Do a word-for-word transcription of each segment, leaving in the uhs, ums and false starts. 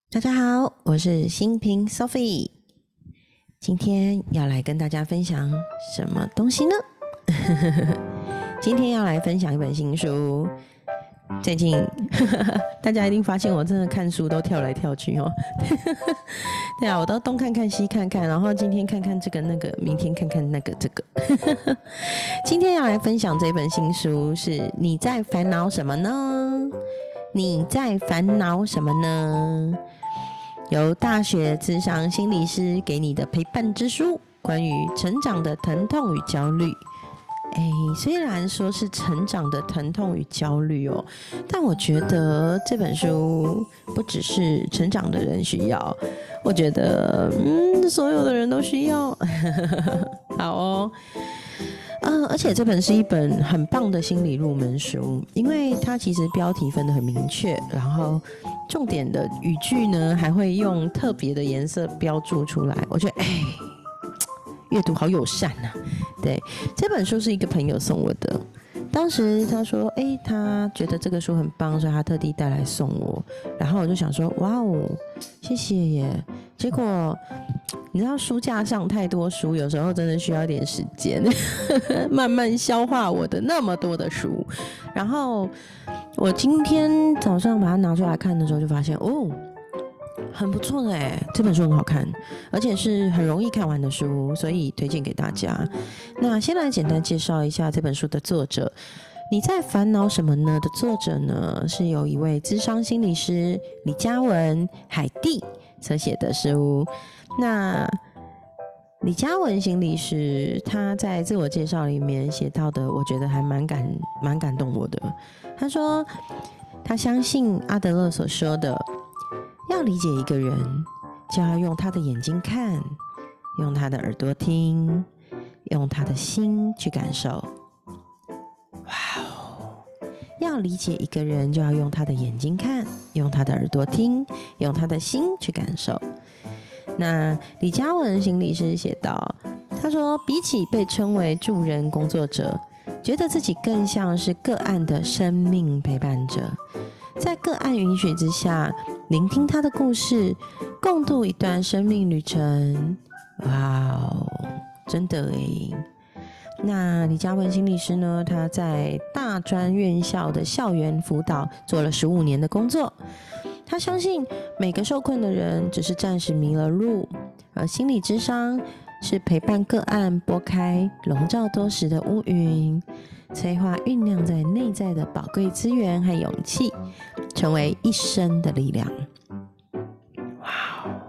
大家好，我是新平 Sophie， 今天要来跟大家分享什么东西呢？今天要来分享一本新书。最近大家一定发现我真的看书都跳来跳去哦。对啊，我都东看看西看看，然后今天看看这个那个，明天看看那个这个。今天要来分享这本新书是你在烦恼什么呢？你在烦恼什么呢？由大学諮商心理师给你的陪伴之书，关于成长的疼痛与焦虑。哎，虽然说是成长的疼痛与焦虑哦，但我觉得这本书不只是成长的人需要，我觉得嗯，所有的人都需要。好哦。嗯，而且这本是一本很棒的心理入门书，因为它其实标题分得很明确，然后重点的语句呢还会用特别的颜色标注出来，我觉得哎，阅读好友善啊。对，这本书是一个朋友送我的，当时他说哎，他觉得这个书很棒，所以他特地带来送我，然后我就想说哇哦，谢谢耶。结果你知道书架上太多书，有时候真的需要一点时间慢慢消化我的那么多的书。然后我今天早上把它拿出来看的时候，就发现哦，很不错的哎，这本书很好看，而且是很容易看完的书，所以推荐给大家。那先来简单介绍一下这本书的作者。你在烦恼什么呢？的作者呢，是由一位諮商心理师李嘉文海蒂所写的书。那李嘉文心理师他在自我介绍里面写到的，我觉得还蛮感蛮感动我的。他说他相信阿德勒所说的，要理解一个人，就要用他的眼睛看，用他的耳朵听，用他的心去感受。哇哦！要理解一个人，就要用他的眼睛看，用他的耳朵听，用他的心去感受。那李嘉文心理师写道，他说比起被称为助人工作者，觉得自己更像是个案的生命陪伴者，在个案允许之下，聆听他的故事，共度一段生命旅程。哇哦，真的耶。那李嘉文心理师呢，他在大专院校的校园辅导做了十五年的工作。他相信每个受困的人只是暂时迷了路，而心理諮商是陪伴个案拨开笼罩多时的乌云，催化酝酿在内在的宝贵资源和勇气，成为一生的力量。哇，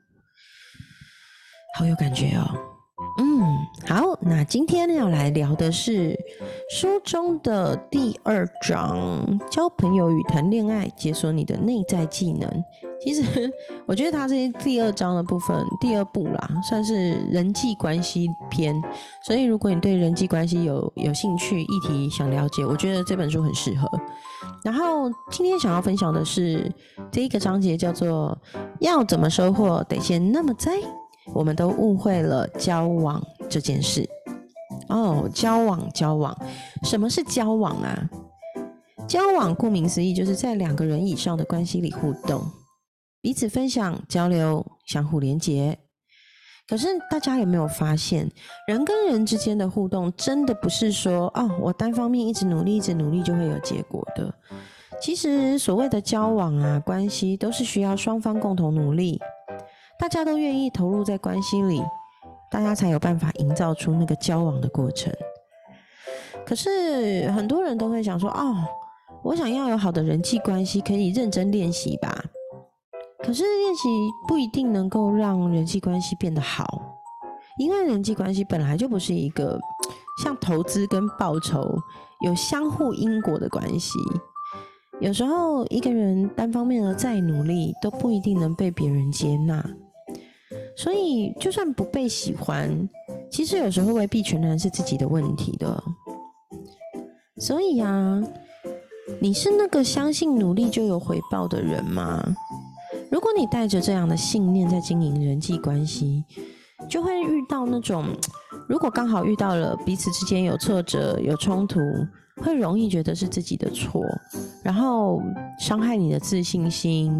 好有感觉哦。嗯，好，那今天要来聊的是书中的第二章，交朋友与谈恋爱，解锁你的内在技能。其实我觉得它是第二章的部分，第二部啦，算是人际关系篇。所以如果你对人际关系有有兴趣，议题想了解，我觉得这本书很适合。然后今天想要分享的是这一个章节，叫做要怎么收获，得先那么栽。我们都误会了交往这件事哦，交往交往，什么是交往啊？交往顾名思义，就是在两个人以上的关系里互动，彼此分享、交流、相互连结。可是大家有没有发现，人跟人之间的互动，真的不是说哦，我单方面一直努力、一直努力就会有结果的。其实所谓的交往啊、关系，都是需要双方共同努力。大家都愿意投入在关系里，大家才有办法营造出那个交往的过程。可是很多人都会想说，哦，我想要有好的人际关系，可以认真练习吧。可是练习不一定能够让人际关系变得好，因为人际关系本来就不是一个像投资跟报酬有相互因果的关系。有时候一个人单方面的再努力，都不一定能被别人接纳。所以就算不被喜欢，其实有时候未必全然是自己的问题的。所以啊，你是那个相信努力就有回报的人吗？如果你带着这样的信念在经营人际关系，就会遇到那种，如果刚好遇到了彼此之间有挫折、有冲突，会容易觉得是自己的错，然后伤害你的自信心，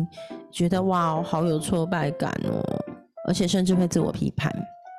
觉得哇好有挫败感哦，而且甚至会自我批判。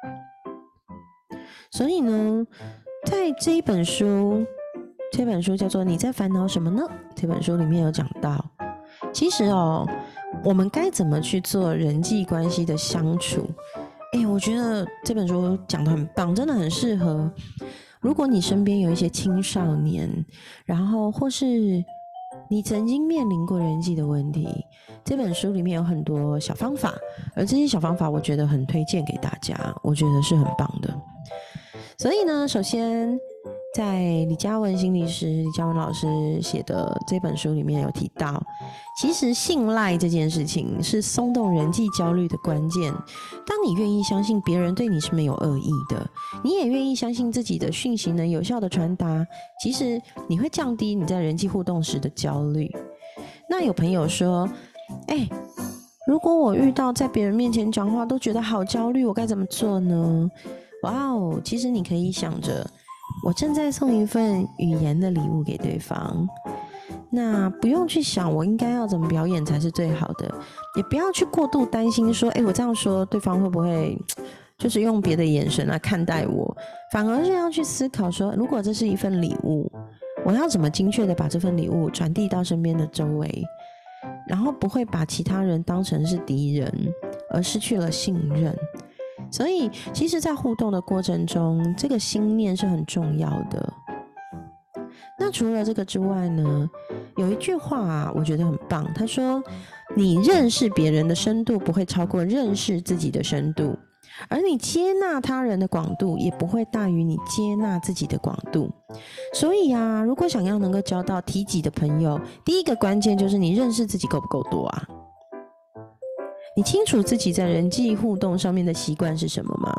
所以呢，在这一本书，这本书叫做《你在烦恼什么呢》？这本书里面有讲到，其实哦，我们该怎么去做人际关系的相处？哎，我觉得这本书讲得很棒，真的很适合。如果你身边有一些青少年，然后或是你曾经面临过人际的问题，这本书里面有很多小方法，而这些小方法我觉得很推荐给大家，我觉得是很棒的。所以呢，首先在李嘉文心理师李嘉文老师写的这本书里面有提到，其实信赖这件事情是松动人际焦虑的关键。当你愿意相信别人对你是没有恶意的，你也愿意相信自己的讯息能有效的传达，其实你会降低你在人际互动时的焦虑。那有朋友说，哎，如果我遇到在别人面前讲话都觉得好焦虑，我该怎么做呢？哇哦，其实你可以想着，我正在送一份语言的礼物给对方，那不用去想我应该要怎么表演才是最好的，也不要去过度担心说，哎，我这样说对方会不会就是用别的眼神来看待我，反而是要去思考说，如果这是一份礼物，我要怎么精确的把这份礼物传递到身边的周围，然后不会把其他人当成是敌人，而失去了信任。所以其实在互动的过程中，这个心念是很重要的。那除了这个之外呢，有一句话啊，我觉得很棒，他说，你认识别人的深度不会超过认识自己的深度，而你接纳他人的广度也不会大于你接纳自己的广度。所以啊，如果想要能够交到体己的朋友，第一个关键就是你认识自己够不够多啊？你清楚自己在人际互动上面的习惯是什么吗？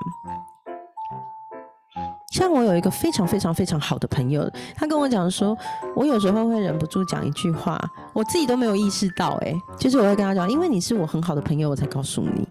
像我有一个非常非常非常好的朋友，他跟我讲说，我有时候会忍不住讲一句话，我自己都没有意识到，欸，就是我会跟他讲，因为你是我很好的朋友，我才告诉你。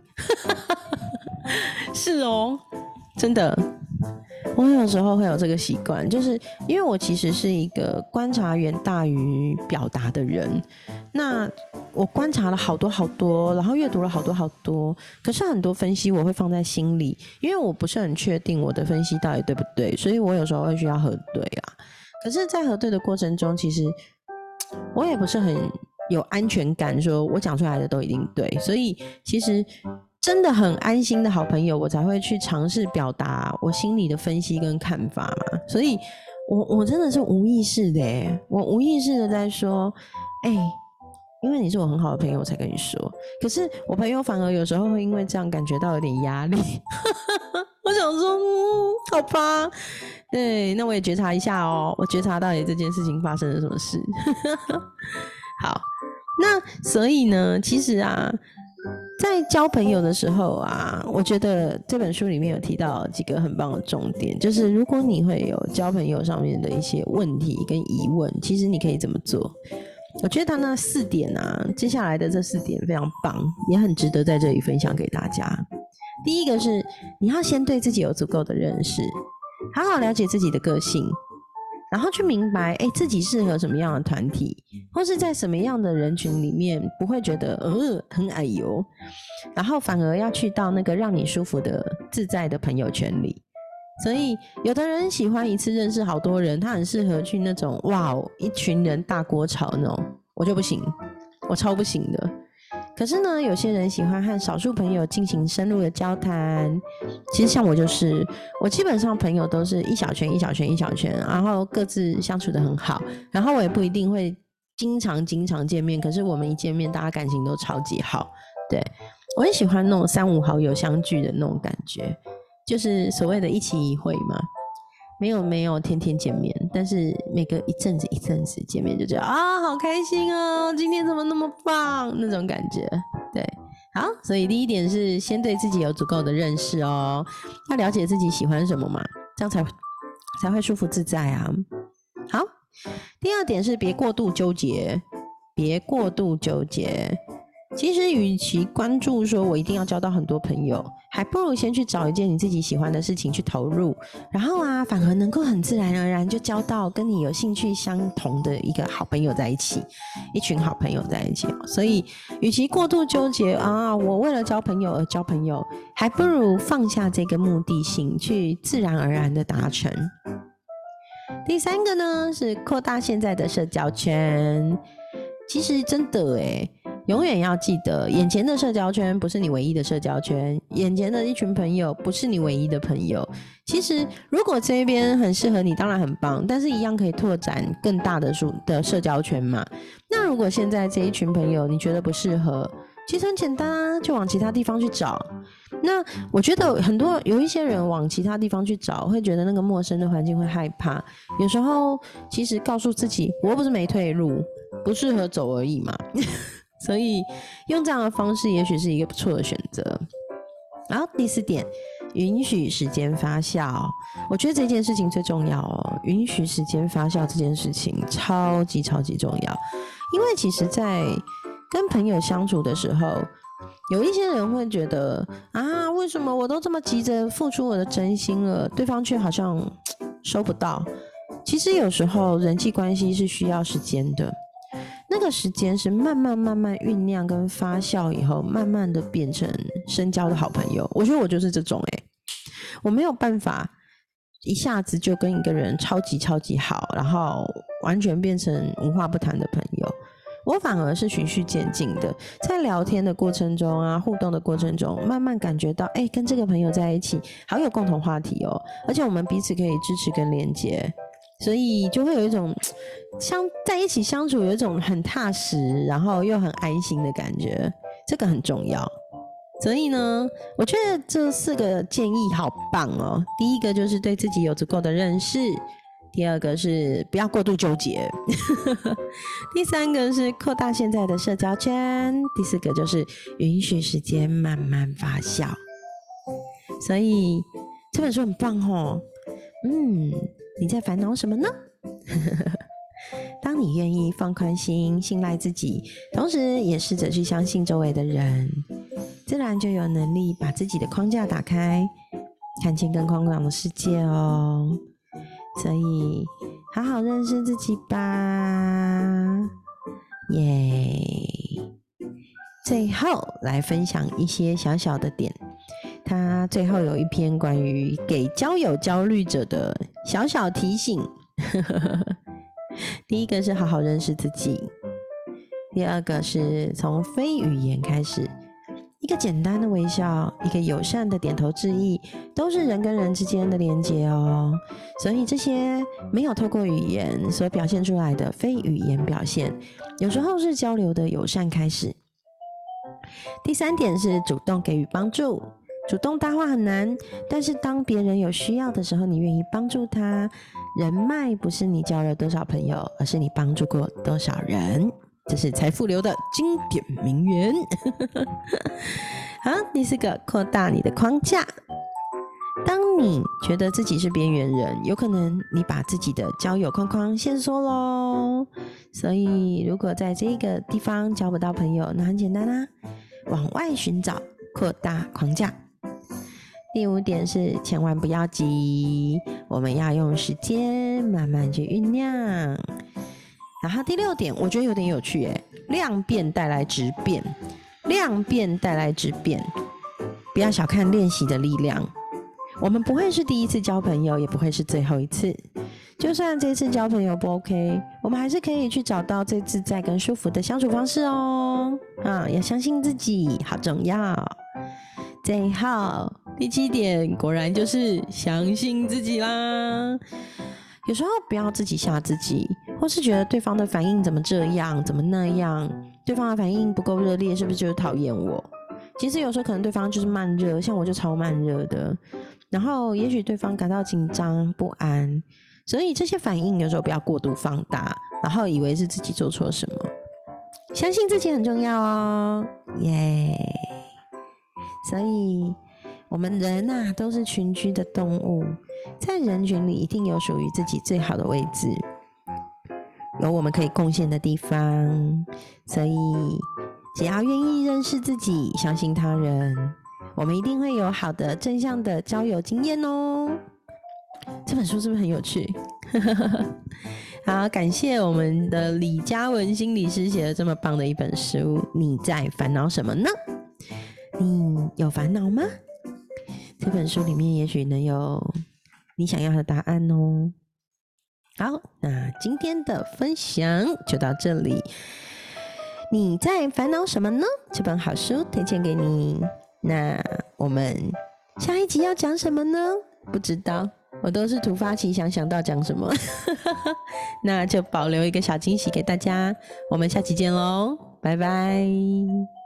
是哦，真的，我有时候会有这个习惯，就是因为我其实是一个观察远大于表达的人，那我观察了好多好多，然后阅读了好多好多，可是很多分析我会放在心里，因为我不是很确定我的分析到底对不对，所以我有时候会需要核对啊。可是在核对的过程中，其实我也不是很有安全感说我讲出来的都一定对，所以其实真的很安心的好朋友，我才会去尝试表达我心里的分析跟看法嘛。所以我我真的是无意识的耶，我无意识的在说，哎，因为你是我很好的朋友，我才跟你说。可是我朋友反而有时候会因为这样感觉到有点压力。我想说，嗯，好吧，对，那我也觉察一下哦，我觉察到底这件事情发生了什么事。好，那所以呢，其实啊，在交朋友的时候啊，我觉得这本书里面有提到几个很棒的重点，就是如果你会有交朋友上面的一些问题跟疑问，其实你可以怎么做？我觉得他那四点啊，接下来的这四点非常棒，也很值得在这里分享给大家。第一个是你要先对自己有足够的认识，好好了解自己的个性，然后去明白哎，自己适合什么样的团体，或是在什么样的人群里面不会觉得呃很矮油，然后反而要去到那个让你舒服的自在的朋友圈里。所以有的人喜欢一次认识好多人，他很适合去那种哇一群人大锅炒那种，我就不行，我超不行的。可是呢，有些人喜欢和少数朋友进行深入的交谈，其实像我就是，我基本上朋友都是一小圈一小圈一小圈，然后各自相处得很好，然后我也不一定会经常经常见面，可是我们一见面大家感情都超级好。对，我很喜欢那种三五好友相聚的那种感觉，就是所谓的一期一会嘛，没有没有天天见面，但是每隔一阵子一阵子见面就觉得啊好开心哦，今天怎么那么棒那种感觉。对，好，所以第一点是先对自己有足够的认识哦，要了解自己喜欢什么嘛，这样才才会舒服自在啊。好，第二点是别过度纠结，别过度纠结。 其实与其关注说我一定要交到很多朋友，还不如先去找一件你自己喜欢的事情去投入，然后啊反而能够很自然而然就交到跟你有兴趣相同的一个好朋友在一起，一群好朋友在一起。所以与其过度纠结啊我为了交朋友而交朋友，还不如放下这个目的性，去自然而然的达成。第三个呢是扩大现在的社交圈。其实真的耶，永远要记得，眼前的社交圈不是你唯一的社交圈，眼前的一群朋友不是你唯一的朋友。其实如果这边很适合你，当然很棒，但是一样可以拓展更大的的社交圈嘛。那如果现在这一群朋友你觉得不适合，其实很简单啊，就往其他地方去找。那我觉得很多有一些人往其他地方去找，会觉得那个陌生的环境会害怕。有时候其实告诉自己，我又不是没退路，不适合走而已嘛。所以用这样的方式也许是一个不错的选择。然后第四点，允许时间发酵。我觉得这件事情最重要哦，允许时间发酵这件事情超级超级重要。因为其实在跟朋友相处的时候，有一些人会觉得啊，为什么我都这么急着付出我的真心了，对方却好像收不到。其实有时候人际关系是需要时间的，那个时间是慢慢慢慢酝酿跟发酵以后，慢慢的变成深交的好朋友。我觉得我就是这种欸，我没有办法一下子就跟一个人超级超级好，然后完全变成无话不谈的朋友。我反而是循序渐进的，在聊天的过程中啊，互动的过程中，慢慢感觉到，哎、欸，跟这个朋友在一起，好有共同话题哦，而且我们彼此可以支持跟连结，所以就会有一种相在一起相处，有一种很踏实，然后又很安心的感觉，这个很重要。所以呢，我觉得这四个建议好棒哦。第一个就是对自己有足够的认识。第二个是不要过度纠结第三个是扩大现在的社交圈，第四个就是允许时间慢慢发酵。所以这本书很棒哦。嗯，你在烦恼什么呢当你愿意放宽心，信赖自己，同时也试着去相信周围的人，自然就有能力把自己的框架打开，看见更宽广的世界哦。所以好好认识自己吧，耶！最后来分享一些小小的点，他最后有一篇关于给交友焦虑者的小小提醒第一个是好好认识自己，第二个是从非语言开始，一个简单的微笑，一个友善的点头致意，都是人跟人之间的连结哦。所以这些没有透过语言所表现出来的非语言表现，有时候是交流的友善开始。第三点是主动给予帮助，主动搭话很难，但是当别人有需要的时候，你愿意帮助他。人脉不是你交了多少朋友，而是你帮助过多少人。这是财富流的经典名言好，第四个，扩大你的框架。当你觉得自己是边缘人，有可能你把自己的交友框框限缩咯。所以如果在这个地方交不到朋友，那很简单啦，往外寻找，扩大框架。第五点是千万不要急，我们要用时间慢慢去酝酿。然后第六点我觉得有点有趣耶，量变带来质变，量变带来质变，不要小看练习的力量。我们不会是第一次交朋友，也不会是最后一次，就算这次交朋友不 OK， 我们还是可以去找到最自在跟舒服的相处方式哦。啊，要相信自己，好重要。最后第七点果然就是相信自己啦。有时候不要自己吓自己，或是觉得对方的反应怎么这样怎么那样，对方的反应不够热烈，是不是就是讨厌我？其实有时候可能对方就是慢热，像我就超慢热的，然后也许对方感到紧张不安，所以这些反应有时候不要过度放大，然后以为是自己做错什么。相信自己很重要哦，耶、yeah! 所以我们人啊都是群居的动物，在人群里一定有属于自己最好的位置，有我们可以贡献的地方，所以只要愿意认识自己，相信他人，我们一定会有好的正向的交友经验哦。这本书是不是很有趣？好，感谢我们的李嘉文心理师写的这么棒的一本书。你在烦恼什么呢？你有烦恼吗？这本书里面也许能有你想要的答案哦。好，那今天的分享就到这里。你在烦恼什么呢？这本好书推荐给你。那我们下一集要讲什么呢？不知道，我都是突发奇想，想到讲什么。那就保留一个小惊喜给大家。我们下期见咯，拜拜。